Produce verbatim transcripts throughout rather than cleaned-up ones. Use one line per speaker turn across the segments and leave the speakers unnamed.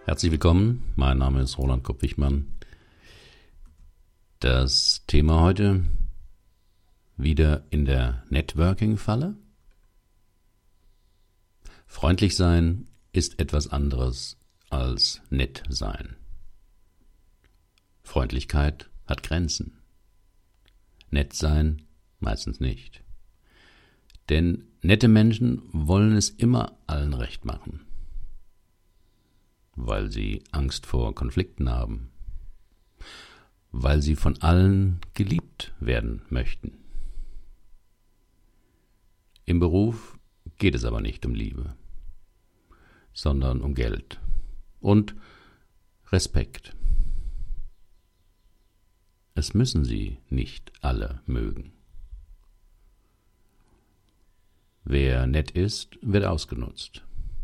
Herzlich willkommen, mein Name ist Roland Kopp-Wichmann. Das Thema heute wieder in der Networking-Falle. Freundlich sein ist etwas anderes als nett sein. Freundlichkeit hat Grenzen. Nett sein meistens nicht. Denn nette Menschen wollen es immer allen recht machen, weil sie Angst vor Konflikten haben, weil sie von allen geliebt werden möchten. Im Beruf geht es aber nicht um Liebe, sondern um Geld und Respekt. Es müssen sie nicht alle mögen. Wer nett ist, wird ausgenutzt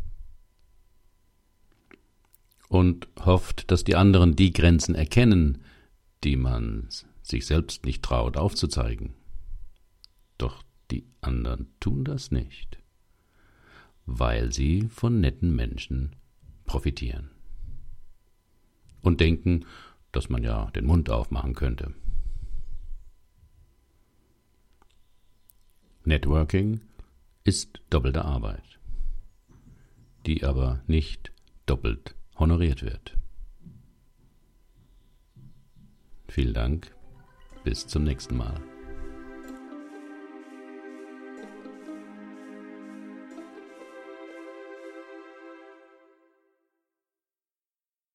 und hofft, dass die anderen die Grenzen erkennen, die man sich selbst nicht traut aufzuzeigen. Doch die anderen tun das nicht, weil sie von netten Menschen profitieren und denken, dass man ja den Mund aufmachen könnte. Networking ist doppelte Arbeit, die aber nicht doppelt honoriert wird. Vielen Dank, bis zum nächsten Mal.